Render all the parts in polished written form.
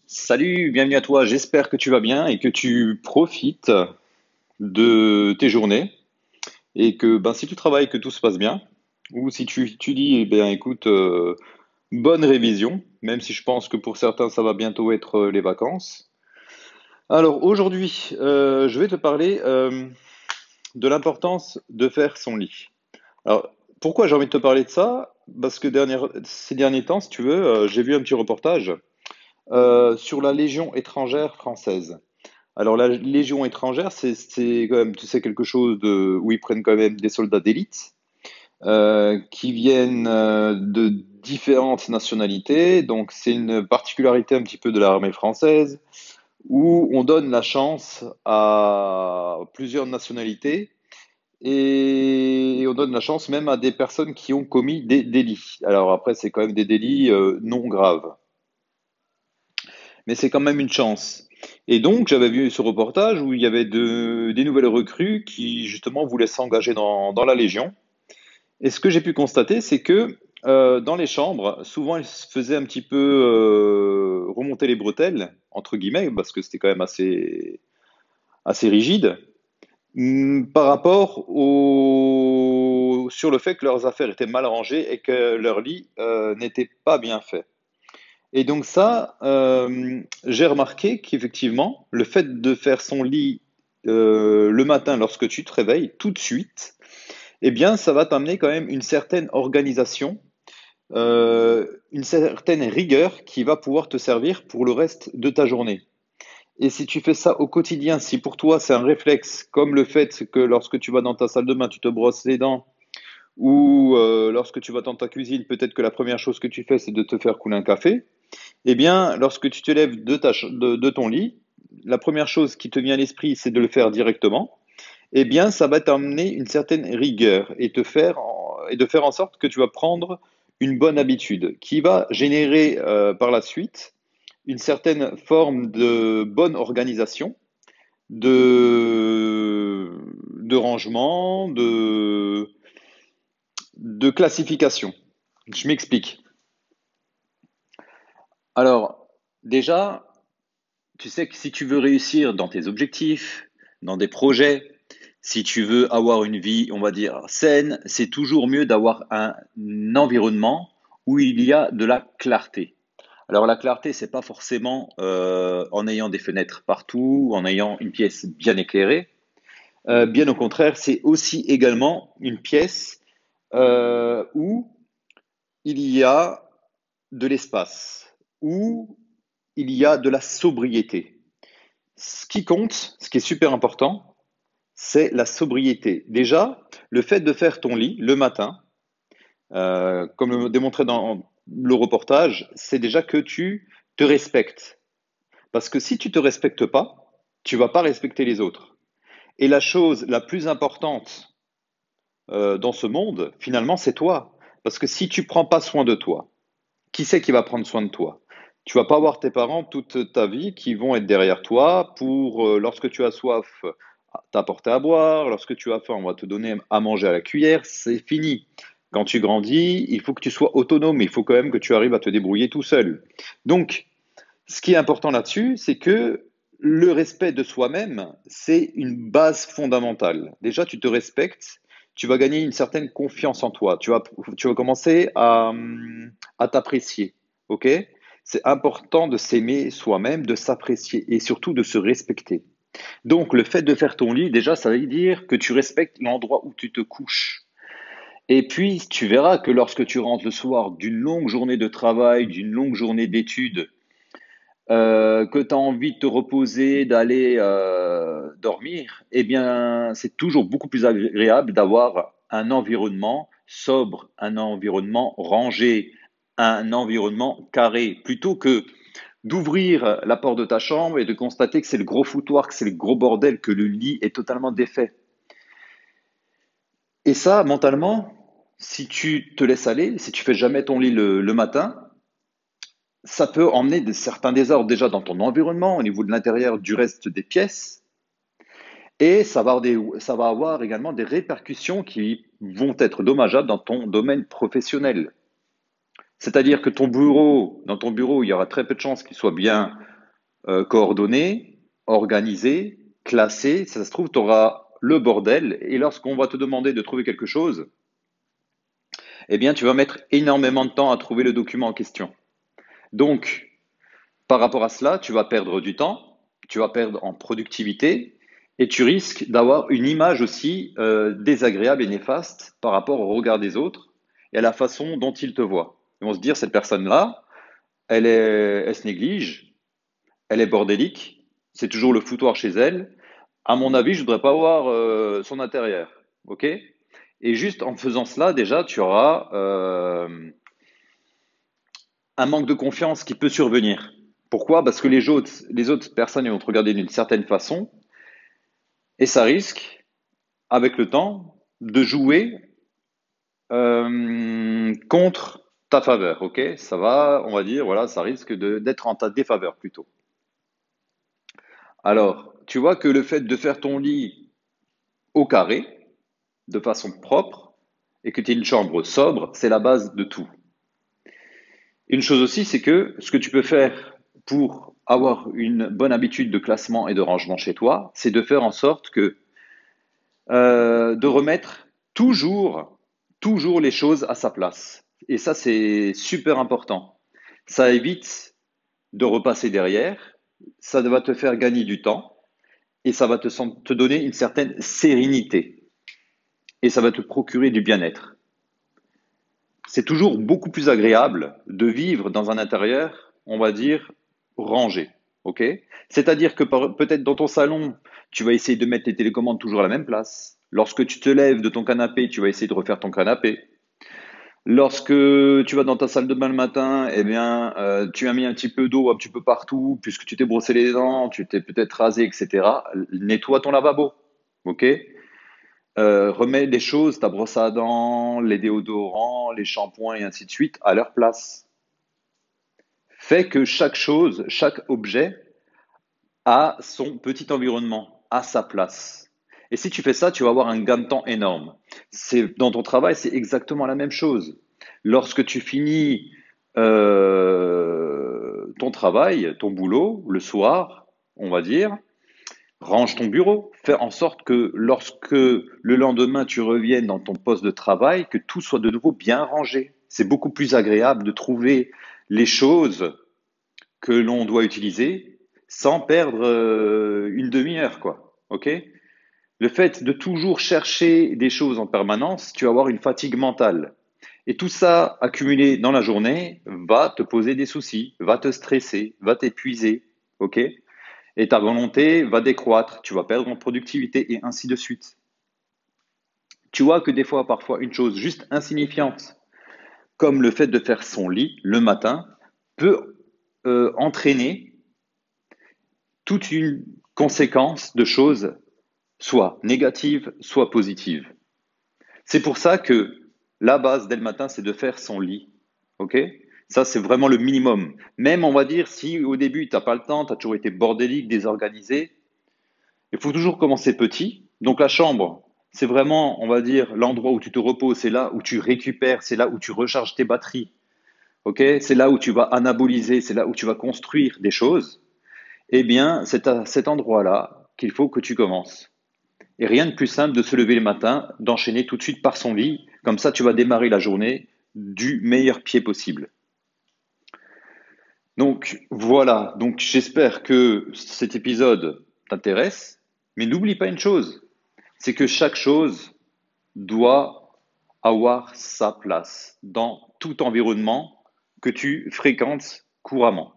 Salut, bienvenue à toi. J'espère que tu vas bien et que tu profites de tes journées et que si tu travailles, que tout se passe bien. Ou si tu étudies, eh bien écoute, bonne révision, même si je pense que pour certains, ça va bientôt être les vacances. Alors aujourd'hui, je vais te parler de l'importance de faire son lit. Alors, pourquoi j'ai envie de te parler de ça? Parce que ces derniers temps, si tu veux, j'ai vu un petit reportage sur la Légion étrangère française. Alors la Légion étrangère, c'est quand même, tu sais, quelque chose où ils prennent quand même des soldats d'élite qui viennent de différentes nationalités. Donc c'est une particularité un petit peu de l'armée française où on donne la chance à plusieurs nationalités et on donne la chance même à des personnes qui ont commis des délits. Alors après, c'est quand même des délits non graves, mais c'est quand même une chance. Et donc, j'avais vu ce reportage où il y avait des nouvelles recrues qui, justement, voulaient s'engager dans la Légion. Et ce que j'ai pu constater, c'est que dans les chambres, souvent, ils se faisaient un petit peu remonter les bretelles, entre guillemets, parce que c'était quand même assez rigide, par rapport sur le fait que leurs affaires étaient mal rangées et que leur lit n'était pas bien fait. Et donc ça, j'ai remarqué qu'effectivement, le fait de faire son lit le matin lorsque tu te réveilles, tout de suite, eh bien, ça va t'amener quand même une certaine organisation, une certaine rigueur qui va pouvoir te servir pour le reste de ta journée. Et si tu fais ça au quotidien, si pour toi c'est un réflexe, comme le fait que lorsque tu vas dans ta salle de bain, tu te brosses les dents, ou lorsque tu vas dans ta cuisine, peut-être que la première chose que tu fais, c'est de te faire couler un café, eh bien, lorsque tu te lèves de ton lit, la première chose qui te vient à l'esprit, c'est de le faire directement. Eh bien, ça va t'amener une certaine rigueur et de faire en sorte que tu vas prendre une bonne habitude qui va générer par la suite une certaine forme de bonne organisation, de, de rangement, de classification. Je m'explique. Alors, déjà, tu sais que si tu veux réussir dans tes objectifs, dans des projets, si tu veux avoir une vie, on va dire, saine, c'est toujours mieux d'avoir un environnement où il y a de la clarté. Alors la clarté, c'est pas forcément en ayant des fenêtres partout, en ayant une pièce bien éclairée. Bien au contraire, c'est aussi également une pièce où il y a de l'espace, où il y a de la sobriété. Ce qui compte, ce qui est super important, c'est la sobriété. Déjà, le fait de faire ton lit le matin, comme le démontrait dans le reportage, c'est déjà que tu te respectes. Parce que si tu te respectes pas, tu vas pas respecter les autres. Et la chose la plus importante dans ce monde, finalement, c'est toi. Parce que si tu prends pas soin de toi, qui c'est qui va prendre soin de toi? Tu vas pas avoir tes parents toute ta vie qui vont être derrière toi pour, lorsque tu as soif, t'apporter à boire, lorsque tu as faim, on va te donner à manger à la cuillère, c'est fini. Quand tu grandis, il faut que tu sois autonome, il faut quand même que tu arrives à te débrouiller tout seul. Donc, ce qui est important là-dessus, c'est que le respect de soi-même, c'est une base fondamentale. Déjà, tu te respectes, tu vas gagner une certaine confiance en toi. Tu vas commencer à t'apprécier. OK? C'est important de s'aimer soi-même, de s'apprécier et surtout de se respecter. Donc, le fait de faire ton lit, déjà, ça veut dire que tu respectes l'endroit où tu te couches. Et puis, tu verras que lorsque tu rentres le soir d'une longue journée de travail, d'une longue journée d'études, que tu as envie de te reposer, d'aller dormir, eh bien, c'est toujours beaucoup plus agréable d'avoir un environnement sobre, un environnement rangé, un environnement carré, plutôt que d'ouvrir la porte de ta chambre et de constater que c'est le gros foutoir, que c'est le gros bordel, que le lit est totalement défait. Et ça, mentalement, si tu te laisses aller, si tu fais jamais ton lit le matin, ça peut emmener certains désordres déjà dans ton environnement, au niveau de l'intérieur du reste des pièces, et ça va avoir également des répercussions qui vont être dommageables dans ton domaine professionnel. C'est-à-dire que dans ton bureau, il y aura très peu de chances qu'il soit bien, coordonné, organisé, classé. Ça se trouve, tu auras le bordel. Et lorsqu'on va te demander de trouver quelque chose, eh bien, tu vas mettre énormément de temps à trouver le document en question. Donc, par rapport à cela, tu vas perdre du temps, tu vas perdre en productivité et tu risques d'avoir une image aussi désagréable et néfaste par rapport au regard des autres et à la façon dont ils te voient. Ils vont se dire, cette personne-là, elle se néglige, elle est bordélique, c'est toujours le foutoir chez elle. À mon avis, je ne voudrais pas voir son intérieur. OK? Et juste en faisant cela, déjà, tu auras un manque de confiance qui peut survenir. Pourquoi? Parce que les autres personnes vont te regarder d'une certaine façon et ça risque, avec le temps, de jouer contre ta faveur. Ok? Ça va, on va dire, voilà, ça risque d'être en ta défaveur plutôt. Alors, tu vois que le fait de faire ton lit au carré, de façon propre, et que tu aies une chambre sobre, c'est la base de tout. Une chose aussi, c'est que ce que tu peux faire pour avoir une bonne habitude de classement et de rangement chez toi, c'est de faire en sorte que de remettre toujours, toujours les choses à sa place. Et ça, c'est super important. Ça évite de repasser derrière, ça va te faire gagner du temps et ça va te donner une certaine sérénité et ça va te procurer du bien-être. C'est toujours beaucoup plus agréable de vivre dans un intérieur, on va dire, rangé. Ok? C'est-à-dire que peut-être dans ton salon, tu vas essayer de mettre les télécommandes toujours à la même place. Lorsque tu te lèves de ton canapé, tu vas essayer de refaire ton canapé. Lorsque tu vas dans ta salle de bain le matin, eh bien, tu as mis un petit peu d'eau un petit peu partout, puisque tu t'es brossé les dents, tu t'es peut-être rasé, etc. Nettoie ton lavabo. Ok? Remets les choses, ta brosse à dents, les déodorants, les shampoings et ainsi de suite à leur place. Fais que chaque chose, chaque objet a son petit environnement, a sa place. Et si tu fais ça, tu vas avoir un gain de temps énorme. Dans ton travail, c'est exactement la même chose. Lorsque tu finis ton travail, ton boulot, le soir, on va dire, range ton bureau, fais en sorte que lorsque le lendemain tu reviennes dans ton poste de travail, que tout soit de nouveau bien rangé. C'est beaucoup plus agréable de trouver les choses que l'on doit utiliser sans perdre une demi-heure, quoi. Ok? Le fait de toujours chercher des choses en permanence, tu vas avoir une fatigue mentale. Et tout ça accumulé dans la journée va te poser des soucis, va te stresser, va t'épuiser. Ok? Et ta volonté va décroître, tu vas perdre en productivité et ainsi de suite. Tu vois que des fois, parfois, une chose juste insignifiante, comme le fait de faire son lit le matin, peut entraîner toute une conséquence de choses soit négatives, soit positives. C'est pour ça que la base dès le matin, c'est de faire son lit. OK? Ça, c'est vraiment le minimum. Même, on va dire, si au début, tu n'as pas le temps, tu as toujours été bordélique, désorganisé, il faut toujours commencer petit. Donc la chambre, c'est vraiment, on va dire, l'endroit où tu te reposes, c'est là où tu récupères, c'est là où tu recharges tes batteries. OK? C'est là où tu vas anaboliser, c'est là où tu vas construire des choses. Eh bien, c'est à cet endroit-là qu'il faut que tu commences. Et rien de plus simple de se lever le matin, d'enchaîner tout de suite par son lit. Comme ça, tu vas démarrer la journée du meilleur pied possible. Donc voilà, donc j'espère que cet épisode t'intéresse, mais n'oublie pas une chose, c'est que chaque chose doit avoir sa place dans tout environnement que tu fréquentes couramment.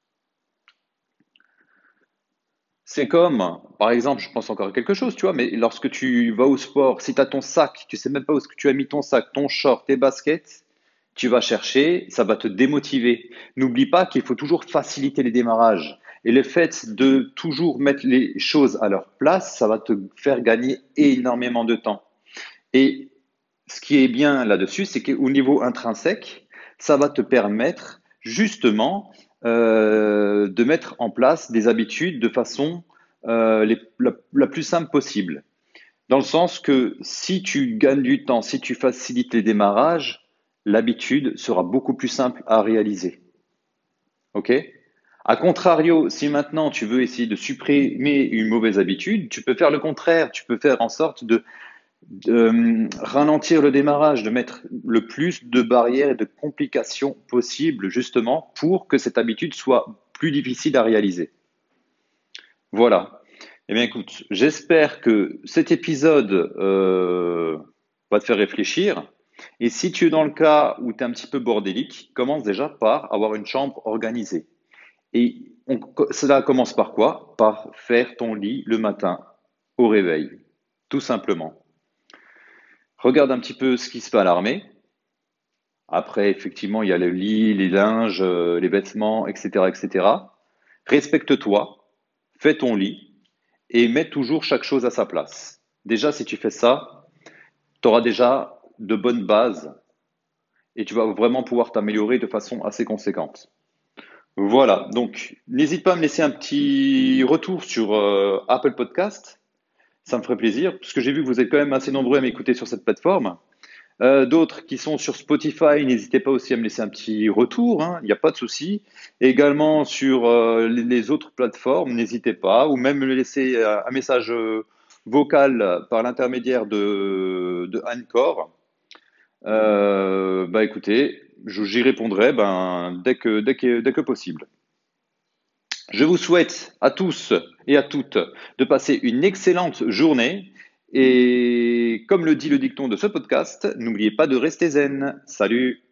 C'est comme, par exemple, je pense encore à quelque chose, tu vois, mais lorsque tu vas au sport, si tu as ton sac, tu sais même pas où est-ce que tu as mis ton sac, ton short, tes baskets, tu vas chercher, ça va te démotiver. N'oublie pas qu'il faut toujours faciliter les démarrages. Et le fait de toujours mettre les choses à leur place, ça va te faire gagner énormément de temps. Et ce qui est bien là-dessus, c'est qu'au niveau intrinsèque, ça va te permettre justement de mettre en place des habitudes de façon la plus simple possible. Dans le sens que si tu gagnes du temps, si tu facilites les démarrages, l'habitude sera beaucoup plus simple à réaliser. OK? A contrario, si maintenant tu veux essayer de supprimer une mauvaise habitude, tu peux faire le contraire. Tu peux faire en sorte de ralentir le démarrage, de mettre le plus de barrières et de complications possibles, justement, pour que cette habitude soit plus difficile à réaliser. Voilà. Eh bien, écoute, j'espère que cet épisode va te faire réfléchir. Et si tu es dans le cas où tu es un petit peu bordélique, commence déjà par avoir une chambre organisée. Et cela commence par quoi? Par faire ton lit le matin au réveil, tout simplement. Regarde un petit peu ce qui se fait à l'armée. Après, effectivement, il y a le lit, les linges, les vêtements, etc., etc. Respecte-toi, fais ton lit et mets toujours chaque chose à sa place. Déjà, si tu fais ça, tu auras déjà de bonnes bases et tu vas vraiment pouvoir t'améliorer de façon assez conséquente. Voilà, donc n'hésite pas à me laisser un petit retour sur Apple Podcast, ça me ferait plaisir, parce que j'ai vu que vous êtes quand même assez nombreux à m'écouter sur cette plateforme. D'autres qui sont sur Spotify, n'hésitez pas aussi à me laisser un petit retour, hein, il n'y a pas de souci. Également sur les autres plateformes, n'hésitez pas, ou même me laisser un message vocal par l'intermédiaire de Anchor. Bah écoutez, j'y répondrai dès que possible. Je vous souhaite à tous et à toutes de passer une excellente journée et comme le dit le dicton de ce podcast, n'oubliez pas de rester zen. Salut!